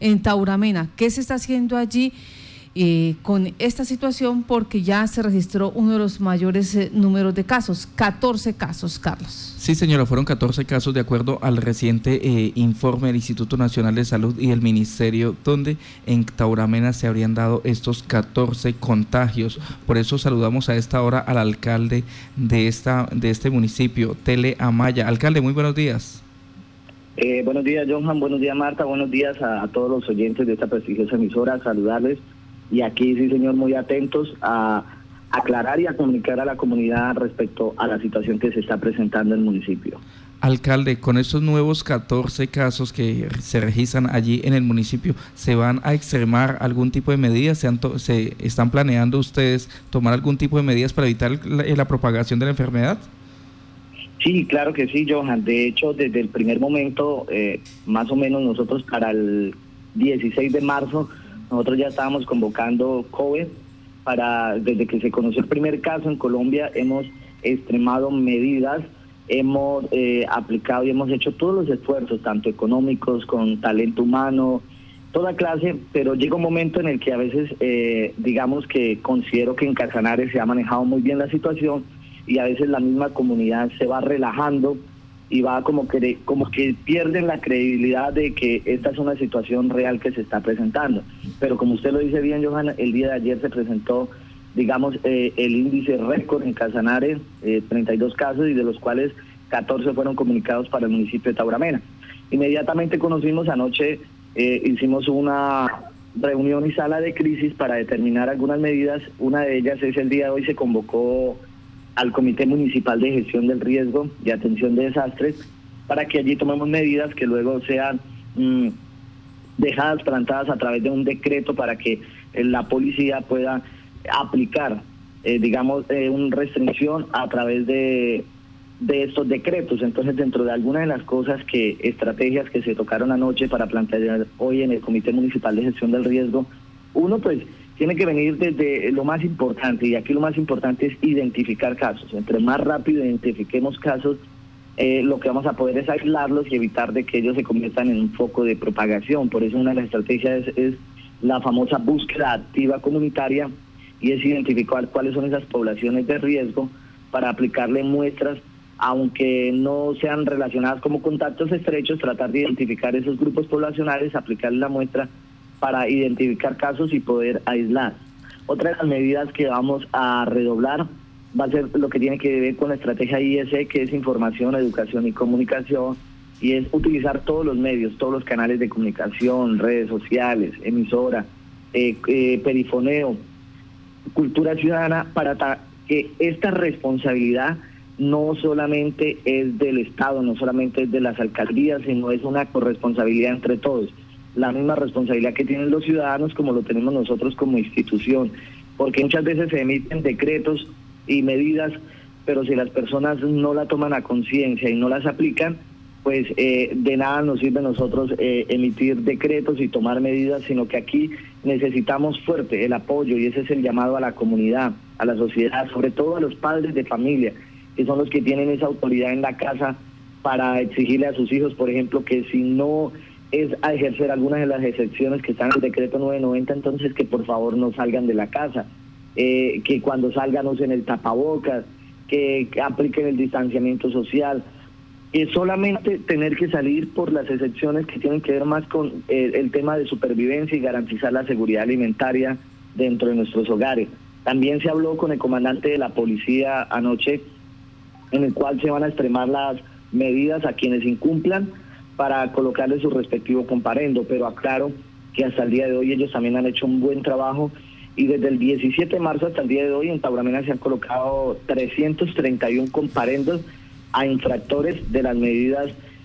en Tauramena. ¿Qué se está haciendo allí con esta situación? Porque ya se registró uno de los mayores números de casos, 14 casos, Carlos. Sí, señora, fueron 14 casos de acuerdo al reciente informe del Instituto Nacional de Salud y el Ministerio, donde en Tauramena se habrían dado estos 14 contagios. Por eso saludamos a esta hora al alcalde de este municipio, Tele Amaya. Alcalde, muy buenos días. Buenos días, Johan, buenos días, Marta, buenos días a todos los oyentes de esta prestigiosa emisora, saludarles. Y aquí, sí, señor, muy atentos a aclarar y a comunicar a la comunidad respecto a la situación que se está presentando en el municipio. Alcalde, con estos nuevos 14 casos que se registran allí en el municipio, ¿se van a extremar algún tipo de medidas? ¿Se están planeando ustedes tomar algún tipo de medidas para evitar la propagación de la enfermedad? Sí, claro que sí, Johan. De hecho, desde el primer momento, más o menos nosotros para el 16 de marzo, nosotros ya estábamos convocando COVID desde que se conoció el primer caso en Colombia, hemos extremado medidas, hemos aplicado y hemos hecho todos los esfuerzos, tanto económicos, con talento humano, toda clase, pero llega un momento en el que a veces, digamos que considero que en Casanare se ha manejado muy bien la situación y a veces la misma comunidad se va relajando y va como que pierden la credibilidad de que esta es una situación real que se está presentando. Pero como usted lo dice bien, Johanna, el día de ayer se presentó, digamos, el índice récord en Casanare, 32 casos, y de los cuales 14 fueron comunicados para el municipio de Tauramena. Inmediatamente conocimos anoche, hicimos una reunión y sala de crisis para determinar algunas medidas. Una de ellas es el día de hoy se convocó al Comité Municipal de Gestión del Riesgo y Atención de Desastres, para que allí tomemos medidas que luego sean dejadas plantadas a través de un decreto para que la policía pueda aplicar, digamos, una restricción a través de estos decretos. Entonces, dentro de algunas de las estrategias que se tocaron anoche para plantear hoy en el Comité Municipal de Gestión del Riesgo, uno pues tiene que venir desde lo más importante, y aquí lo más importante es identificar casos. Entre más rápido identifiquemos casos, lo que vamos a poder es aislarlos y evitar de que ellos se conviertan en un foco de propagación. Por eso una de las estrategias es la famosa búsqueda activa comunitaria, y es identificar cuáles son esas poblaciones de riesgo para aplicarle muestras, aunque no sean relacionadas como contactos estrechos, tratar de identificar esos grupos poblacionales, aplicarle la muestra para identificar casos y poder aislar. Otra de las medidas que vamos a redoblar va a ser lo que tiene que ver con la estrategia IEC, que es información, educación y comunicación, y es utilizar todos los medios, todos los canales de comunicación, redes sociales, emisora, perifoneo, cultura ciudadana, para que esta responsabilidad no solamente es del Estado, no solamente es de las alcaldías, sino es una corresponsabilidad entre todos. La misma responsabilidad que tienen los ciudadanos como lo tenemos nosotros como institución, porque muchas veces se emiten decretos y medidas, pero si las personas no la toman a conciencia y no las aplican, pues de nada nos sirve a nosotros emitir decretos y tomar medidas, sino que aquí necesitamos fuerte el apoyo, y ese es el llamado a la comunidad, a la sociedad, sobre todo a los padres de familia, que son los que tienen esa autoridad en la casa para exigirle a sus hijos, por ejemplo, que si no es a ejercer algunas de las excepciones que están en el decreto 990, entonces que por favor no salgan de la casa, que cuando salgan usen el tapabocas, que apliquen el distanciamiento social, solamente tener que salir por las excepciones que tienen que ver más con el tema de supervivencia y garantizar la seguridad alimentaria dentro de nuestros hogares. También se habló con el comandante de la policía anoche, en el cual se van a extremar las medidas a quienes incumplan para colocarle su respectivo comparendo, pero aclaro que hasta el día de hoy ellos también han hecho un buen trabajo, y desde el 17 de marzo hasta el día de hoy en Tauramena se han colocado 331 comparendos a infractores de las medidas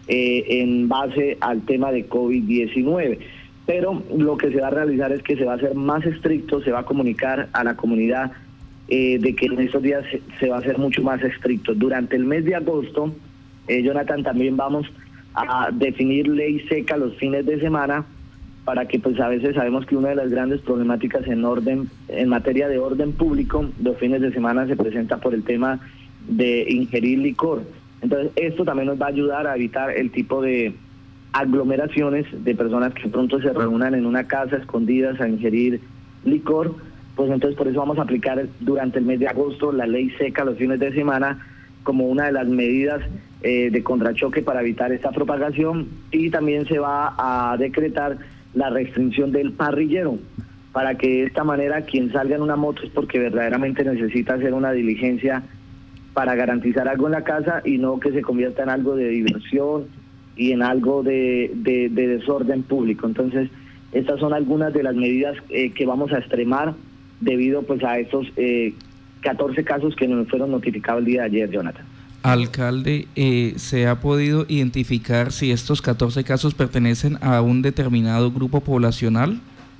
en base al tema de COVID-19. Pero lo que se va a realizar es que se va a hacer más estricto, se va a comunicar a la comunidad de que en estos días se va a hacer mucho más estricto. Durante el mes de agosto, Jonathan, también vamos a definir ley seca los fines de semana, para que pues a veces sabemos que una de las grandes problemáticas en materia de orden público los fines de semana se presenta por el tema de ingerir licor. Entonces esto también nos va a ayudar a evitar el tipo de aglomeraciones de personas que pronto se reúnan en una casa escondidas a ingerir licor, pues entonces por eso vamos a aplicar durante el mes de agosto la ley seca los fines de semana como una de las medidas de contrachoque para evitar esta propagación, y también se va a decretar la restricción del parrillero, para que de esta manera quien salga en una moto es porque verdaderamente necesita hacer una diligencia para garantizar algo en la casa y no que se convierta en algo de diversión y en algo de desorden público. Entonces, estas son algunas de las medidas que vamos a extremar debido pues a estos 14 casos que nos fueron notificados el día de ayer, Jonathan. Alcalde, ¿se ha podido identificar si estos 14 casos pertenecen a un determinado grupo poblacional?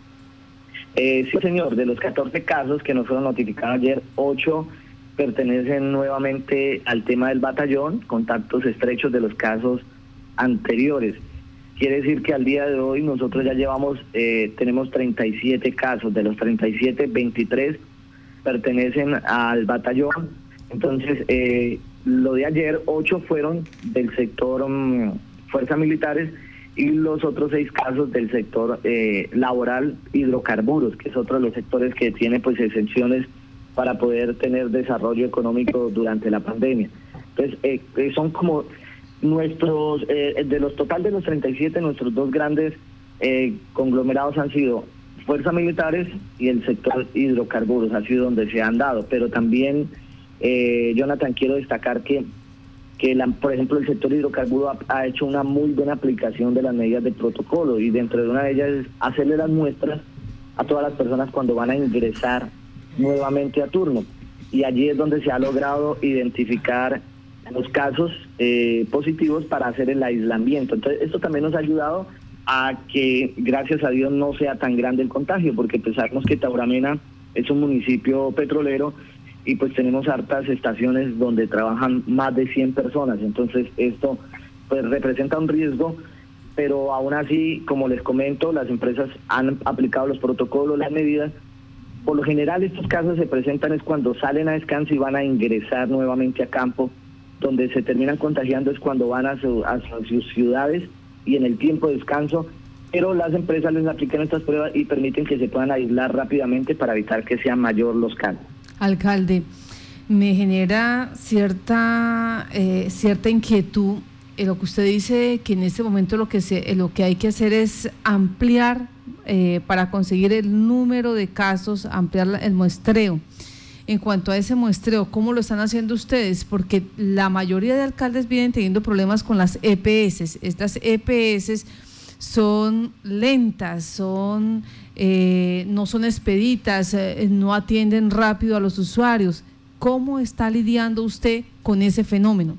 Sí, señor. De los 14 casos que nos fueron notificados ayer, 8 pertenecen nuevamente al tema del batallón, contactos estrechos de los casos anteriores. Quiere decir que al día de hoy nosotros ya tenemos 37 casos. De los 37, 23 pertenecen al batallón. Entonces, lo de ayer, 8 fueron del sector fuerzas militares y los otros 6 casos del sector laboral, hidrocarburos, que es otro de los sectores que tiene pues exenciones para poder tener desarrollo económico durante la pandemia. Entonces, son como nuestros, de los total de los 37, nuestros 2 grandes conglomerados han sido fuerzas militares y el sector hidrocarburos, ha sido donde se han dado, pero también, Jonathan, quiero destacar que por ejemplo, el sector hidrocarburo ha hecho una muy buena aplicación de las medidas de protocolo, y dentro de una de ellas es hacerle las muestras a todas las personas cuando van a ingresar nuevamente a turno, y allí es donde se ha logrado identificar los casos positivos para hacer el aislamiento. Entonces, esto también nos ha ayudado a que, gracias a Dios, no sea tan grande el contagio, porque pues sabemos que Tauramena es un municipio petrolero y pues tenemos hartas estaciones donde trabajan más de 100 personas, entonces esto pues representa un riesgo, pero aún así, como les comento, las empresas han aplicado los protocolos, las medidas. Por lo general estos casos se presentan es cuando salen a descanso y van a ingresar nuevamente a campo. Donde se terminan contagiando es cuando van a sus ciudades y en el tiempo de descanso, pero las empresas les aplican estas pruebas y permiten que se puedan aislar rápidamente para evitar que sean mayor los casos. Alcalde, me genera cierta inquietud lo que usted dice, que en este momento lo que hay que hacer es ampliar para conseguir el número de casos, ampliar el muestreo. En cuanto a ese muestreo, ¿cómo lo están haciendo ustedes? Porque la mayoría de alcaldes vienen teniendo problemas con las EPS. Estas EPS son lentas, no son expeditas, no atienden rápido a los usuarios. ¿Cómo está lidiando usted con ese fenómeno?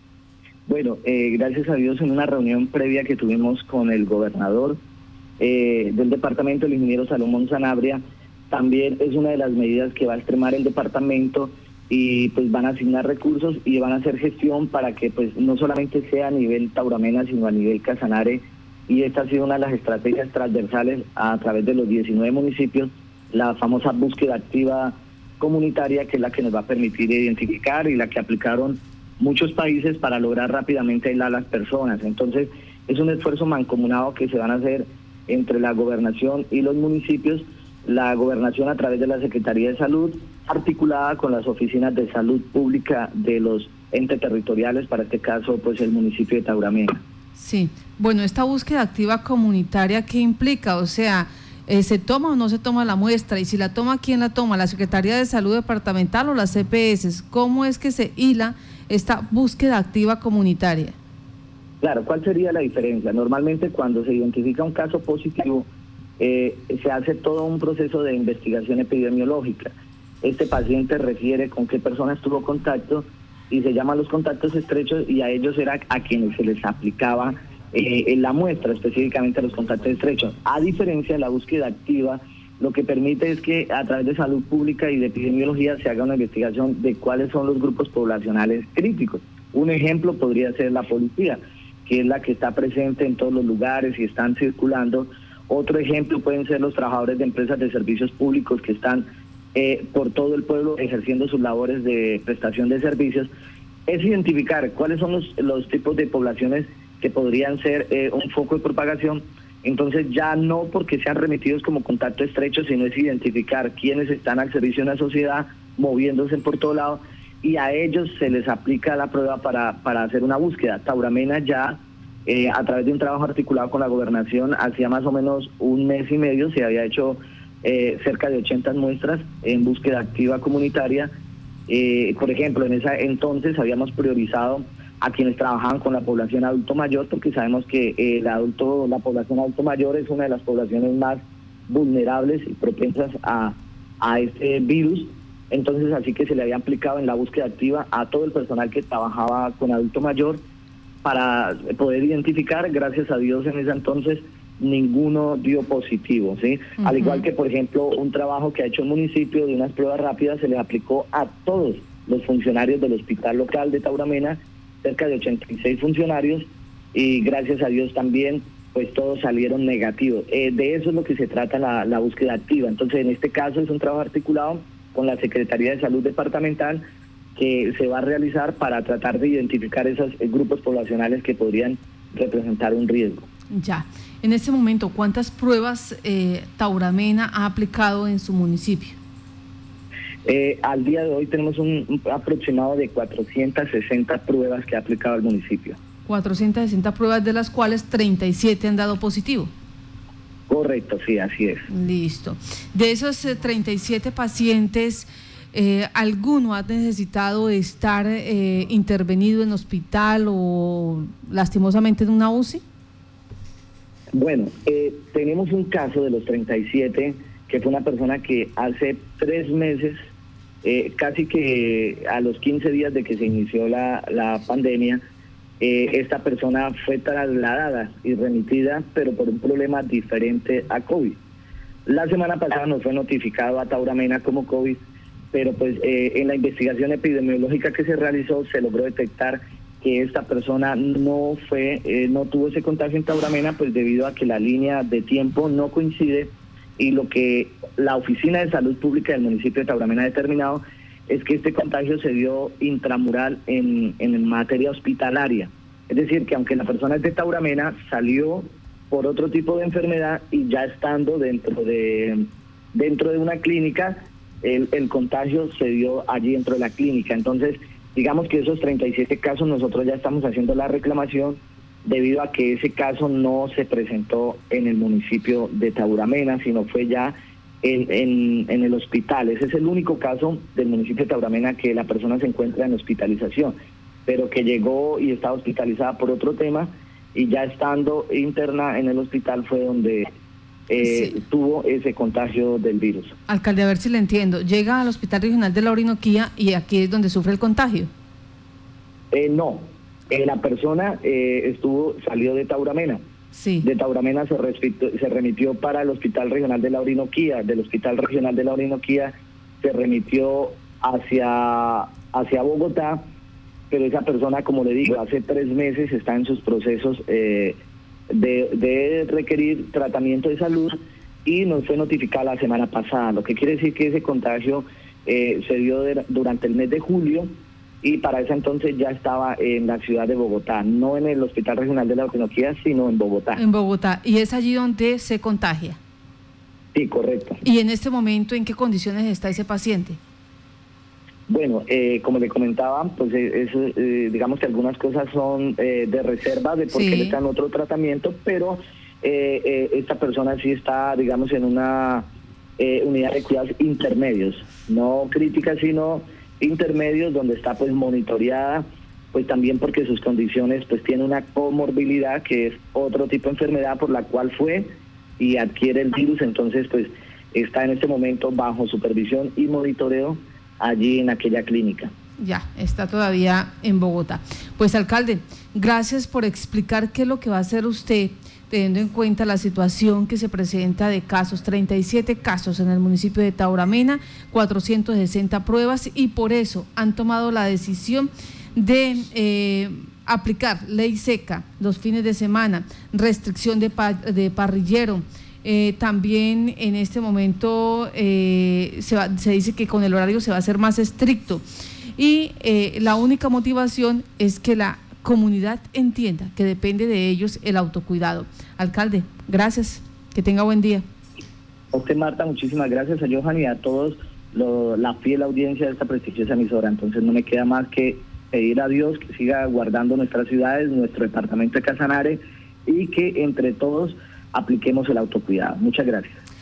Bueno, gracias a Dios, en una reunión previa que tuvimos con el gobernador del departamento, el ingeniero Salomón Sanabria, también es una de las medidas que va a extremar el departamento, y pues van a asignar recursos y van a hacer gestión para que pues no solamente sea a nivel Tauramena, sino a nivel Casanare, y esta ha sido una de las estrategias transversales a través de los 19 municipios, la famosa búsqueda activa comunitaria, que es la que nos va a permitir identificar y la que aplicaron muchos países para lograr rápidamente aislar a las personas. Entonces, es un esfuerzo mancomunado que se van a hacer entre la gobernación y los municipios, la gobernación a través de la Secretaría de Salud, articulada con las oficinas de salud pública de los entes territoriales, para este caso, pues el municipio de Tauramena. Sí, bueno, esta búsqueda activa comunitaria, ¿qué implica? O sea, ¿se toma o no se toma la muestra? Y si la toma, ¿quién la toma? ¿La Secretaría de Salud Departamental o las EPS? ¿Cómo es que se hila esta búsqueda activa comunitaria? Claro, ¿cuál sería la diferencia? Normalmente cuando se identifica un caso positivo, se hace todo un proceso de investigación epidemiológica. Este paciente refiere con qué personas tuvo contacto y se llaman los contactos estrechos, y a ellos era a quienes se les aplicaba la muestra, específicamente a los contactos estrechos. A diferencia de la búsqueda activa, lo que permite es que a través de salud pública y de epidemiología se haga una investigación de cuáles son los grupos poblacionales críticos. Un ejemplo podría ser la policía, que es la que está presente en todos los lugares y están circulando. Otro ejemplo pueden ser los trabajadores de empresas de servicios públicos que están por todo el pueblo ejerciendo sus labores de prestación de servicios. Es identificar cuáles son los tipos de poblaciones que podrían ser un foco de propagación. Entonces ya no porque sean remitidos como contacto estrecho, sino es identificar quiénes están al servicio de una sociedad moviéndose por todo lado, y a ellos se les aplica la prueba para hacer una búsqueda. Tauramena ya, a través de un trabajo articulado con la gobernación, hacía más o menos un mes y medio se había hecho cerca de 80 muestras en búsqueda activa comunitaria. Por ejemplo, en esa entonces habíamos priorizado a quienes trabajaban con la población adulto mayor, porque sabemos que la población adulto mayor es una de las poblaciones más vulnerables y propensas a este virus. Entonces, así que se le había aplicado en la búsqueda activa a todo el personal que trabajaba con adulto mayor para poder identificar. Gracias a Dios, en ese entonces ninguno dio positivo, ¿sí? Uh-huh. Al igual que, por ejemplo, un trabajo que ha hecho el municipio de unas pruebas rápidas, se les aplicó a todos los funcionarios del hospital local de Tauramena, cerca de 86 funcionarios, y gracias a Dios también pues todos salieron negativos. De eso es lo que se trata la búsqueda activa. Entonces, en este caso es un trabajo articulado con la Secretaría de Salud Departamental que se va a realizar para tratar de identificar esos grupos poblacionales que podrían representar un riesgo. Ya, en este momento, ¿cuántas pruebas Tauramena ha aplicado en su municipio? Al día de hoy tenemos un aproximado de 460 pruebas que ha aplicado el municipio. 460 pruebas, de las cuales 37 han dado positivo. Correcto, sí, así es. Listo. De esos 37 pacientes, ¿alguno ha necesitado estar intervenido en hospital o lastimosamente en una UCI? Bueno, tenemos un caso de los 37, que fue una persona que hace 3 meses, casi que a los 15 días de que se inició la pandemia, esta persona fue trasladada y remitida, pero por un problema diferente a COVID. La semana pasada nos fue notificado a Tauramena como COVID, pero pues en la investigación epidemiológica que se realizó se logró detectar que esta persona no tuvo ese contagio en Tauramena, pues debido a que la línea de tiempo no coincide, y lo que la Oficina de Salud Pública del municipio de Tauramena ha determinado es que este contagio se dio intramural en materia hospitalaria. Es decir, que aunque la persona es de Tauramena, salió por otro tipo de enfermedad, y ya estando dentro de una clínica, el contagio se dio allí dentro de la clínica. Entonces, digamos que esos 37 casos nosotros ya estamos haciendo la reclamación debido a que ese caso no se presentó en el municipio de Tauramena, sino fue ya en el hospital. Ese es el único caso del municipio de Tauramena que la persona se encuentra en hospitalización, pero que llegó y estaba hospitalizada por otro tema, y ya estando interna en el hospital fue donde tuvo ese contagio del virus. Alcalde, a ver si le entiendo. Llega al Hospital Regional de la Orinoquía y aquí es donde sufre el contagio. No, la persona salió de Tauramena. Sí. De Tauramena se remitió para el Hospital Regional de la Orinoquía. Del Hospital Regional de la Orinoquía se remitió hacia Bogotá, pero esa persona, como le digo, hace 3 meses está en sus procesos de requerir tratamiento de salud, y nos fue notificada la semana pasada, lo que quiere decir que ese contagio se dio durante el mes de julio, y para ese entonces ya estaba en la ciudad de Bogotá, no en el Hospital Regional de la Orinoquía, sino en Bogotá. En Bogotá, y es allí donde se contagia. Sí, correcto. ¿Y en este momento en qué condiciones está ese paciente? Bueno, como le comentaba, pues digamos que algunas cosas son de reserva de por qué le están otro tratamiento, pero esta persona sí está, digamos, en una unidad de cuidados intermedios, no críticas, sino intermedios, donde está pues monitoreada, pues también porque sus condiciones pues tiene una comorbilidad, que es otro tipo de enfermedad por la cual fue y adquiere el virus. Entonces pues está en este momento bajo supervisión y monitoreo allí en aquella clínica. Ya, está todavía en Bogotá. Pues, alcalde, gracias por explicar qué es lo que va a hacer usted, teniendo en cuenta la situación que se presenta de casos, 37 casos en el municipio de Tauramena, 460 pruebas, y por eso han tomado la decisión de aplicar ley seca los fines de semana, restricción de parrillero. También en este momento se dice que con el horario se va a hacer más estricto, y la única motivación es que la comunidad entienda que depende de ellos el autocuidado. Alcalde, gracias, que tenga buen día. A usted, Marta, muchísimas gracias, a Johan y a todos la fiel audiencia de esta prestigiosa emisora. Entonces no me queda más que pedir a Dios que siga guardando nuestras ciudades, nuestro departamento de Casanare, y que entre todos apliquemos el autocuidado. Muchas gracias.